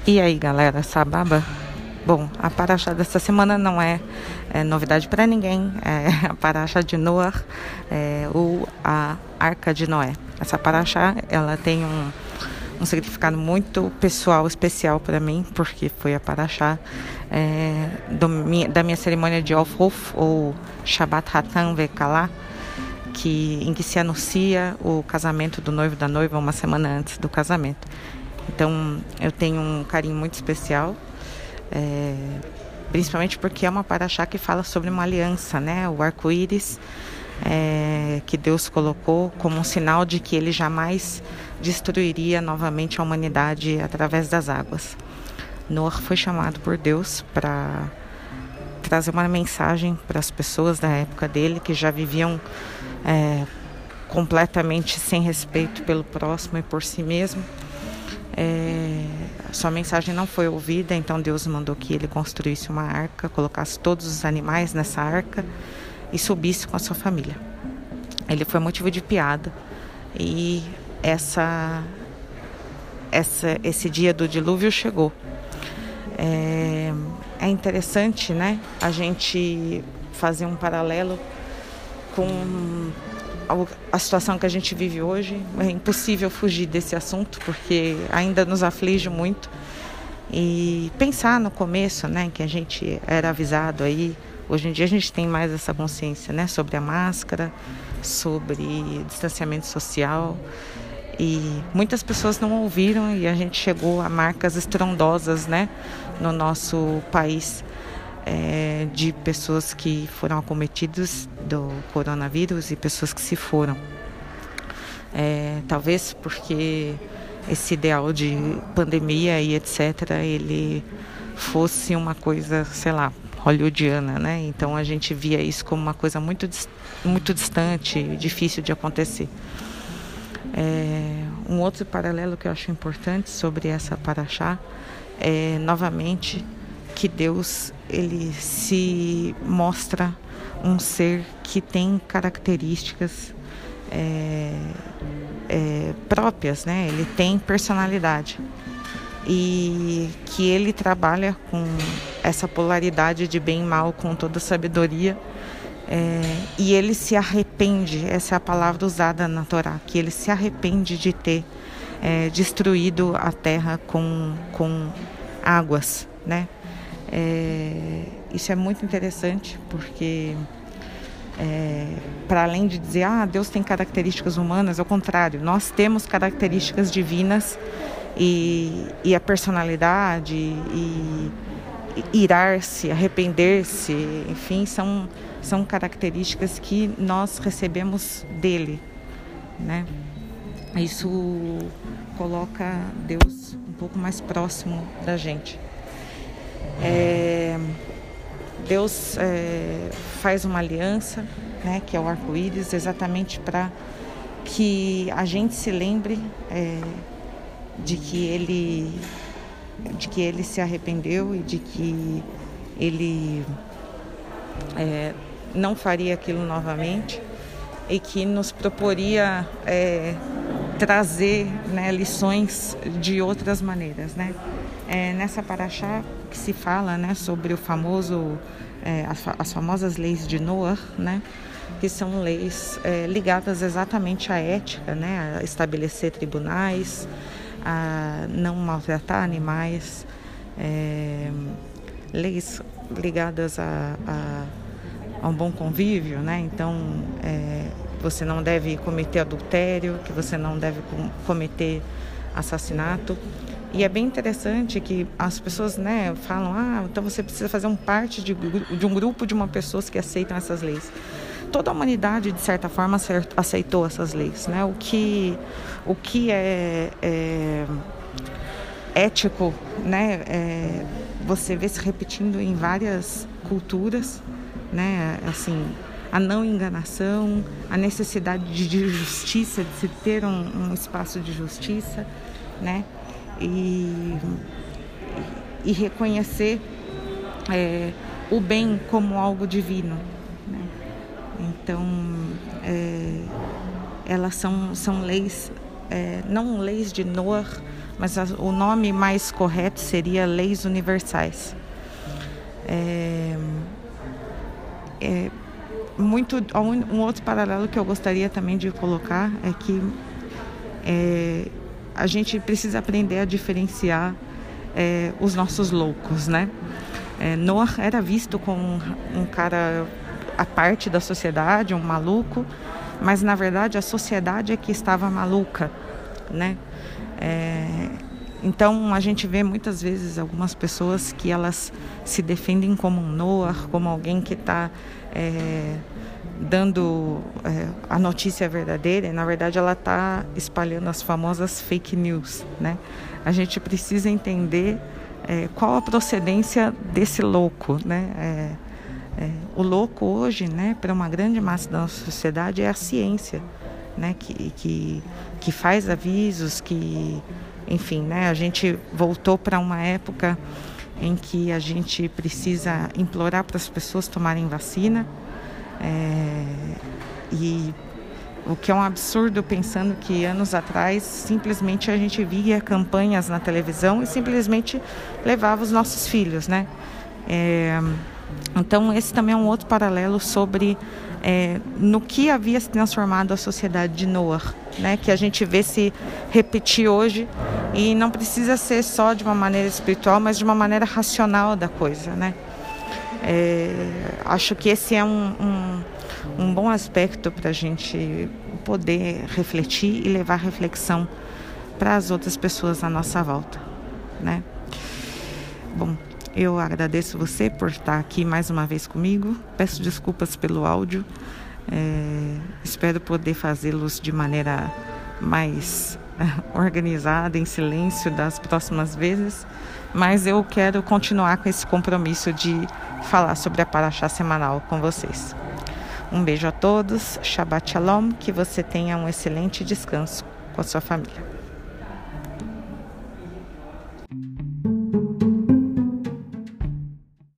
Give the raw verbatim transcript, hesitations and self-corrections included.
E aí, galera, sababa? Bom, a paraxá dessa semana não é, é novidade para ninguém, é a paraxá de Noah, é, ou a Arca de Noé. Essa paraxá, ela tem um, um significado muito pessoal, especial para mim, porque foi a paraxá é, do, da minha cerimônia de Ofruf, ou Shabbat Hatan Vekala, que, em que se anuncia o casamento do noivo e da noiva uma semana antes do casamento. Então, eu tenho um carinho muito especial, é, principalmente porque é uma paraxá que fala sobre uma aliança, né? O arco-íris é, que Deus colocou como um sinal de que Ele jamais destruiria novamente a humanidade através das águas. Noah foi chamado por Deus para trazer uma mensagem para as pessoas da época dele, que já viviam é, completamente sem respeito pelo próximo e por si mesmo. É, sua mensagem não foi ouvida, então Deus mandou que ele construísse uma arca, colocasse todos os animais nessa arca e subisse com a sua família. Ele foi motivo de piada e essa, essa, esse dia do dilúvio chegou. É, é interessante, né, a gente fazer um paralelo com a situação que a gente vive hoje. É impossível fugir desse assunto, porque ainda nos aflige muito. E pensar no começo, né, que a gente era avisado aí, hoje em dia a gente tem mais essa consciência, né, sobre a máscara, sobre distanciamento social. E muitas pessoas não ouviram e a gente chegou a marcas estrondosas, né, no nosso país. É, de pessoas que foram acometidas do coronavírus e pessoas que se foram. É, talvez porque esse ideal de pandemia e etcétera, ele fosse uma coisa, sei lá, hollywoodiana, né? Então a gente via isso como uma coisa muito, muito distante, difícil de acontecer. É, um outro paralelo que eu acho importante sobre essa paraxá é, novamente, que Deus, ele se mostra um ser que tem características é, é, próprias, né? Ele tem personalidade e que ele trabalha com essa polaridade de bem e mal com toda sabedoria, é, e ele se arrepende, essa é a palavra usada na Torá, que ele se arrepende de ter é, destruído a terra com, com águas, né? É, isso é muito interessante, porque é, para além de dizer, ah, Deus tem características humanas, ao contrário, nós temos características divinas e, e a personalidade, e, e irar-se, arrepender-se, enfim, são, são características que nós recebemos dele, né? Isso coloca Deus um pouco mais próximo da gente. É, Deus é, faz uma aliança, né, que é o arco-íris, exatamente para que a gente se lembre é, de que ele, de que ele se arrependeu e de que ele é, não faria aquilo novamente e que nos proporia é, trazer, né, lições de outras maneiras, né? É, nessa paraxá que se fala, né, sobre o famoso, é, as, as famosas leis de Noah, né, que são leis é, ligadas exatamente à ética, né, a estabelecer tribunais, a não maltratar animais, é, leis ligadas a, a, a um bom convívio, né? Então é, você não deve cometer adultério, que você não deve cometer assassinato. E é bem interessante que as pessoas, né, falam, ah, então você precisa fazer um parte de, de um grupo de uma pessoas que aceitam essas leis. Toda a humanidade, de certa forma, aceitou essas leis, né? O que, o que é, é ético, né, é, você vê se repetindo em várias culturas, né, assim, a não enganação, a necessidade de justiça, de se ter um, um espaço de justiça, né? E, e reconhecer é, o bem como algo divino, né? Então, é, elas são, são leis, é, não leis de Noah mas a, o nome mais correto seria Leis Universais. É, é, muito, um outro paralelo que eu gostaria também de colocar é que é, a gente precisa aprender a diferenciar é, os nossos loucos, né? É, Noah era visto como um, um cara à parte da sociedade, um maluco, mas na verdade a sociedade é que estava maluca, né? É, então a gente vê muitas vezes algumas pessoas que elas se defendem como um Noah, como alguém que está é, dando é, a notícia verdadeira, e na verdade ela está espalhando as famosas fake news, né? A gente precisa entender é, qual a procedência desse louco, né? É, é, o louco hoje, né, para uma grande massa da nossa sociedade é a ciência, né? Que, que, que faz avisos, que, enfim, né? A gente voltou para uma época em que a gente precisa implorar para as pessoas tomarem vacina. É, e o que é um absurdo pensando que anos atrás simplesmente a gente via campanhas na televisão e simplesmente levava os nossos filhos, né? É, então esse também é um outro paralelo sobre é, no que havia se transformado a sociedade de Noah, né? Que a gente vê se repetir hoje, e não precisa ser só de uma maneira espiritual, mas de uma maneira racional da coisa, né? É, acho que esse é um, um, um bom aspecto para a gente poder refletir e levar reflexão para as outras pessoas à nossa volta, né? Bom, eu agradeço você por estar aqui mais uma vez comigo. Peço desculpas pelo áudio. É, espero poder fazê-los de maneira mais organizada, em silêncio, das próximas vezes. Mas eu quero continuar com esse compromisso de falar sobre a Parashá semanal com vocês. Um beijo a todos, Shabbat Shalom, que você tenha um excelente descanso com a sua família.